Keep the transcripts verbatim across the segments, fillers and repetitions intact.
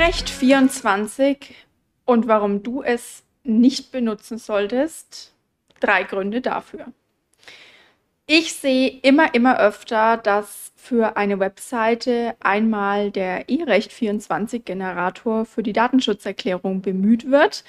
E-Recht vierundzwanzig und warum du es nicht benutzen solltest. Drei Gründe dafür. Ich sehe immer, immer öfter, dass für eine Webseite einmal der E-Recht vierundzwanzig Generator für die Datenschutzerklärung bemüht wird.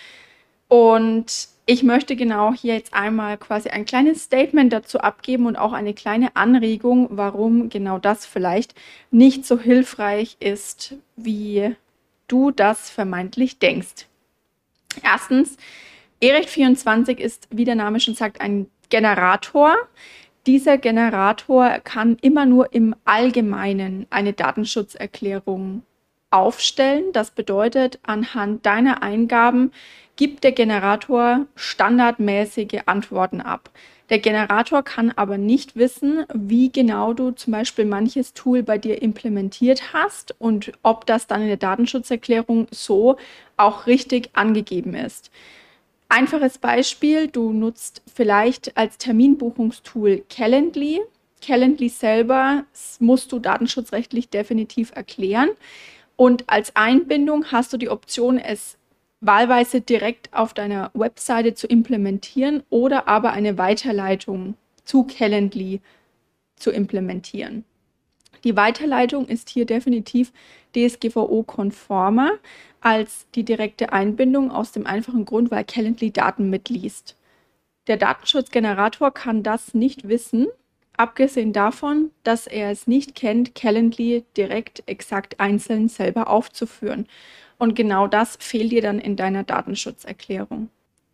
Und ich möchte genau hier jetzt einmal quasi ein kleines Statement dazu abgeben und auch eine kleine Anregung, warum genau das vielleicht nicht so hilfreich ist, wie du das vermeintlich denkst. Erstens, E-Recht vierundzwanzig ist, wie der Name schon sagt, ein Generator. Dieser Generator kann immer nur im Allgemeinen eine Datenschutzerklärung aufstellen. Das bedeutet, anhand deiner Eingaben gibt der Generator standardmäßige Antworten ab. Der Generator kann aber nicht wissen, wie genau du zum Beispiel manches Tool bei dir implementiert hast und ob das dann in der Datenschutzerklärung so auch richtig angegeben ist. Einfaches Beispiel, du nutzt vielleicht als Terminbuchungstool Calendly. Calendly selber musst du datenschutzrechtlich definitiv erklären. Und als Einbindung hast du die Option, es wahlweise direkt auf deiner Webseite zu implementieren oder aber eine Weiterleitung zu Calendly zu implementieren. Die Weiterleitung ist hier definitiv D S G V O-konformer als die direkte Einbindung aus dem einfachen Grund, weil Calendly Daten mitliest. Der Datenschutzgenerator kann das nicht wissen, abgesehen davon, dass er es nicht kennt, Calendly direkt exakt einzeln selber aufzuführen. Und genau das fehlt dir dann in deiner Datenschutzerklärung.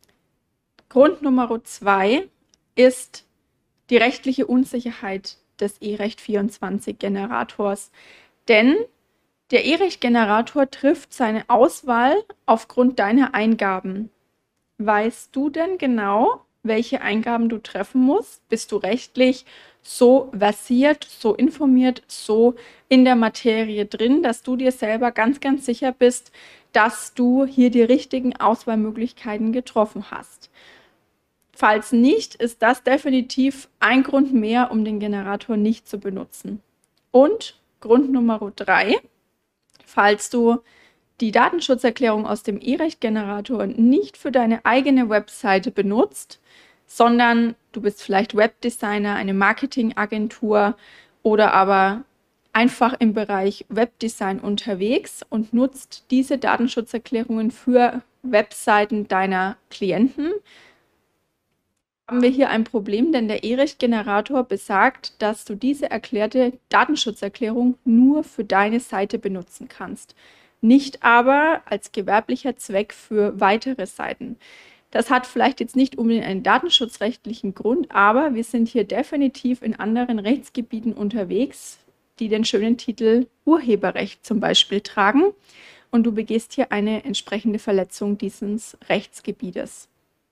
Grund Nummer zwei ist die rechtliche Unsicherheit des E-Recht vierundzwanzig Generators. Denn der E-Recht Generator trifft seine Auswahl aufgrund deiner Eingaben. Weißt du denn genau, welche Eingaben du treffen musst? Bist du rechtlich so versiert, so informiert, so in der Materie drin, dass du dir selber ganz, ganz sicher bist, dass du hier die richtigen Auswahlmöglichkeiten getroffen hast? Falls nicht, ist das definitiv ein Grund mehr, um den Generator nicht zu benutzen. Und Grund Nummer drei, falls du die Datenschutzerklärung aus dem E-Recht-Generator nicht für deine eigene Webseite benutzt, sondern du bist vielleicht Webdesigner, eine Marketingagentur oder aber einfach im Bereich Webdesign unterwegs und nutzt diese Datenschutzerklärungen für Webseiten deiner Klienten, haben wir hier ein Problem, denn der E-Recht-Generator besagt, dass du diese erklärte Datenschutzerklärung nur für deine Seite benutzen kannst, nicht aber als gewerblicher Zweck für weitere Seiten. Das hat vielleicht jetzt nicht unbedingt einen datenschutzrechtlichen Grund, aber wir sind hier definitiv in anderen Rechtsgebieten unterwegs, die den schönen Titel Urheberrecht zum Beispiel tragen, und du begehst hier eine entsprechende Verletzung dieses Rechtsgebietes.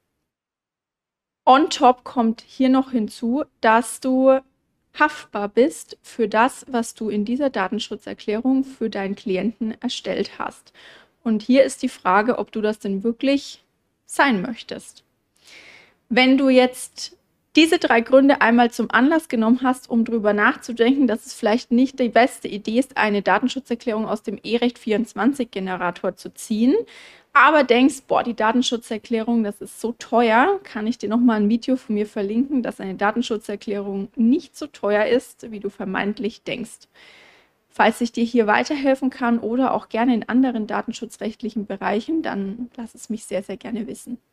On top kommt hier noch hinzu, dass du haftbar bist für das, was du in dieser Datenschutzerklärung für deinen Klienten erstellt hast. Und hier ist die Frage, ob du das denn wirklich sein möchtest. Wenn du jetzt diese drei Gründe einmal zum Anlass genommen hast, um darüber nachzudenken, dass es vielleicht nicht die beste Idee ist, eine Datenschutzerklärung aus dem E-Recht vierundzwanzig Generator zu ziehen, aber denkst, boah, die Datenschutzerklärung, das ist so teuer, kann ich dir nochmal ein Video von mir verlinken, dass eine Datenschutzerklärung nicht so teuer ist, wie du vermeintlich denkst. Falls ich dir hier weiterhelfen kann oder auch gerne in anderen datenschutzrechtlichen Bereichen, dann lass es mich sehr, sehr gerne wissen.